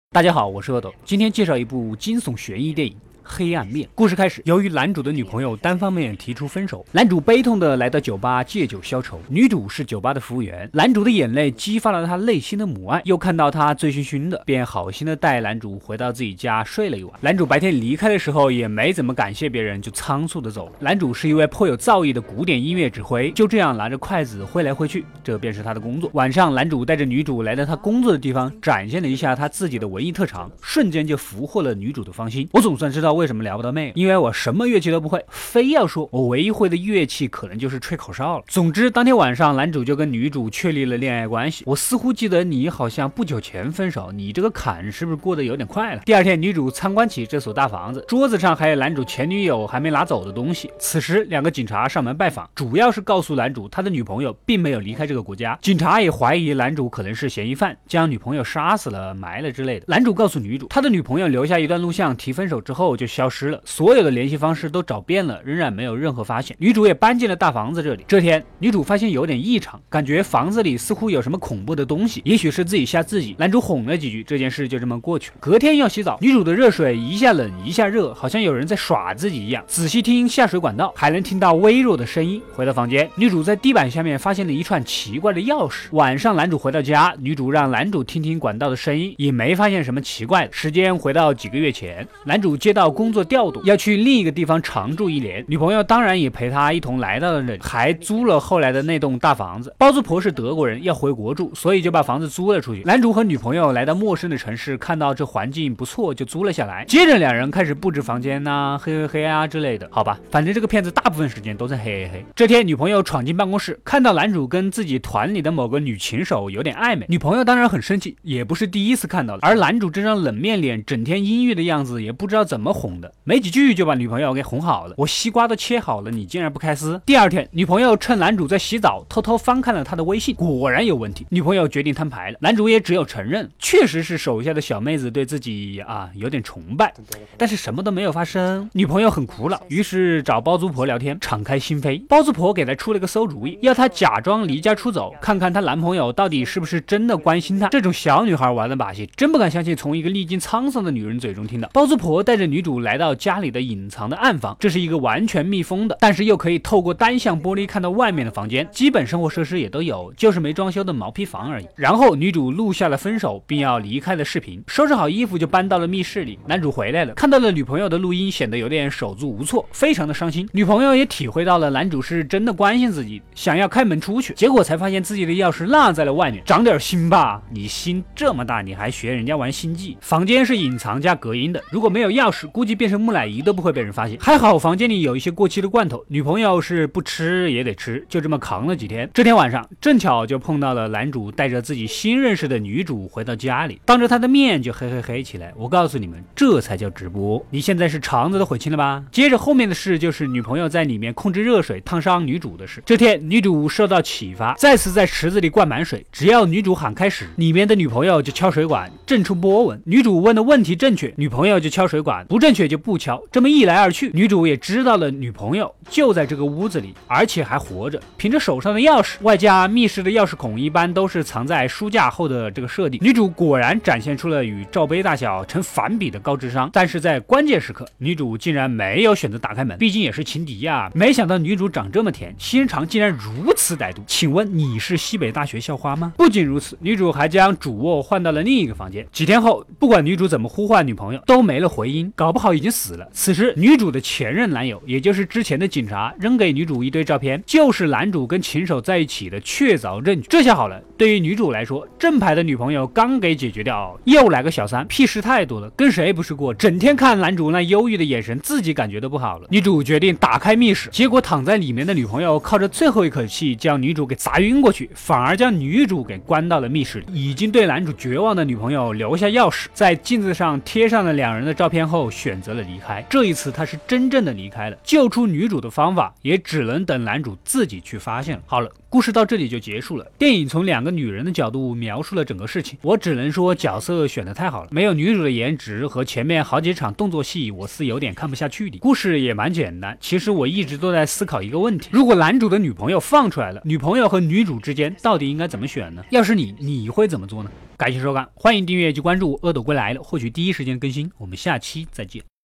大家好，我是阿斗，今天介绍一部惊悚悬疑电影《黑暗面》。故事开始，由于男主的女朋友单方面提出分手，男主悲痛的来到酒吧借酒消愁。女主是酒吧的服务员，男主的眼泪激发了他内心的母爱，又看到他醉醺醺的，便好心的带男主回到自己家睡了一晚。男主白天离开的时候也没怎么感谢别人，就仓促的走了。男主是一位颇有造诣的古典音乐指挥，就这样拿着筷子挥来挥去，这便是他的工作。晚上，男主带着女主来到他工作的地方，展现了一下他自己的文艺特长，瞬间就俘获了女主的芳心。我总算知道为什么聊不到妹，因为我什么乐器都不会，非要说我唯一会的乐器可能就是吹口哨了。总之，当天晚上男主就跟女主确立了恋爱关系。我似乎记得你好像不久前分手，你这个坎是不是过得有点快了？第二天，女主参观起这所大房子，桌子上还有男主前女友还没拿走的东西。此时，两个警察上门拜访，主要是告诉男主他的女朋友并没有离开这个国家。警察也怀疑男主可能是嫌疑犯，将女朋友杀死了、埋了之类的。男主告诉女主，他的女朋友留下一段录像，提分手之后就消失了，所有的联系方式都找遍了，仍然没有任何发现。女主也搬进了大房子这里。这天，女主发现有点异常，感觉房子里似乎有什么恐怖的东西，也许是自己吓自己。男主哄了几句，这件事就这么过去了。隔天要洗澡，女主的热水一下冷一下热，好像有人在耍自己一样。仔细听下水管道，还能听到微弱的声音。回到房间，女主在地板下面发现了一串奇怪的钥匙。晚上男主回到家，女主让男主听听管道的声音，也没发现什么奇怪的。时间回到几个月前，男主接到工作调度，要去另一个地方常住1年，女朋友当然也陪他一同来到了这里，还租了后来的那栋大房子。包租婆是德国人，要回国住，所以就把房子租了出去。男主和女朋友来到陌生的城市，看到这环境不错，就租了下来。接着两人开始布置房间啊，嘿嘿嘿啊之类的。好吧，反正这个片子大部分时间都在嘿嘿嘿。这天，女朋友闯进办公室，看到男主跟自己团里的某个女琴手有点暧昧，女朋友当然很生气，也不是第一次看到了。而男主这张冷面脸，整天阴郁的样子，也不知道怎么哄的，没几句就把女朋友给哄好了。我西瓜都切好了，你竟然不开撕。第二天，女朋友趁男主在洗澡，偷偷翻看了他的微信，果然有问题。女朋友决定摊牌了，男主也只有承认，确实是手下的小妹子对自己有点崇拜，但是什么都没有发生。女朋友很苦恼，于是找包租婆聊天，敞开心扉。包租婆给她出了个馊主意，要她假装离家出走，看看她男朋友到底是不是真的关心她。这种小女孩玩的把戏，真不敢相信从一个历经沧桑的女人嘴中听到。包租婆带着女主来到家里的隐藏的暗房，这是一个完全密封的，但是又可以透过单向玻璃看到外面的房间，基本生活设施也都有，就是没装修的毛坯房而已。然后女主录下了分手并要离开的视频，收拾好衣服就搬到了密室里。男主回来了，看到了女朋友的录音，显得有点手足无措，非常的伤心。女朋友也体会到了男主是真的关心自己，想要开门出去，结果才发现自己的钥匙落在了外面。长点心吧，你心这么大，你还学人家玩心计。房间是隐藏加隔音的，如果没有钥匙，估计变成木乃伊都不会被人发现。还好房间里有一些过期的罐头，女朋友是不吃也得吃，就这么扛了几天。这天晚上正巧就碰到了男主带着自己新认识的女主回到家里，当着他的面就嘿嘿嘿起来。我告诉你们，这才叫直播。你现在是肠子都悔青了吧？接着后面的事就是女朋友在里面控制热水烫伤女主的事。这天女主受到启发，再次在池子里灌满水，只要女主喊开始，里面的女朋友就敲水管，震出波纹。女主问的问题正确，女朋友就敲水管，不正确就不敲。这么一来二去，女主也知道了女朋友就在这个屋子里，而且还活着。凭着手上的钥匙，外加密室的钥匙孔一般都是藏在书架后的这个设定，女主果然展现出了与罩杯大小成反比的高智商。但是在关键时刻，女主竟然没有选择打开门，毕竟也是情敌呀。没想到女主长这么甜，心肠竟然如此歹毒。请问你是西北大学校花吗？不仅如此，女主还将主卧换到了另一个房间。几天后，不管女主怎么呼唤女朋友，都没了回音，搞不好已经死了。此时女主的前任男友，也就是之前的警察，扔给女主一堆照片，就是男主跟琴手在一起的确凿证据。这下好了，对于女主来说，正牌的女朋友刚给解决掉，又来个小三，屁事太多了，跟谁不是过？整天看男主那忧郁的眼神，自己感觉都不好了。女主决定打开密室，结果躺在里面的女朋友靠着最后一口气将女主给砸晕过去，反而将女主给关到了密室里。已经对男主绝望的女朋友留下钥匙，在镜子上贴上了两人的照片后，选择了离开。这一次他是真正的离开了，救出女主的方法也只能等男主自己去发现了。好了， 故事到这里就结束了。电影从2个女人的角度描述了整个事情，我只能说角色选得太好了，没有女主的颜值和前面好几场动作戏，我是有点看不下去的。故事也蛮简单，其实我一直都在思考一个问题：如果男主的女朋友放出来了，女朋友和女主之间到底应该怎么选呢？要是你会怎么做呢？感谢收看，欢迎订阅及关注阿斗归来了，获取第一时间更新。我们下期再见。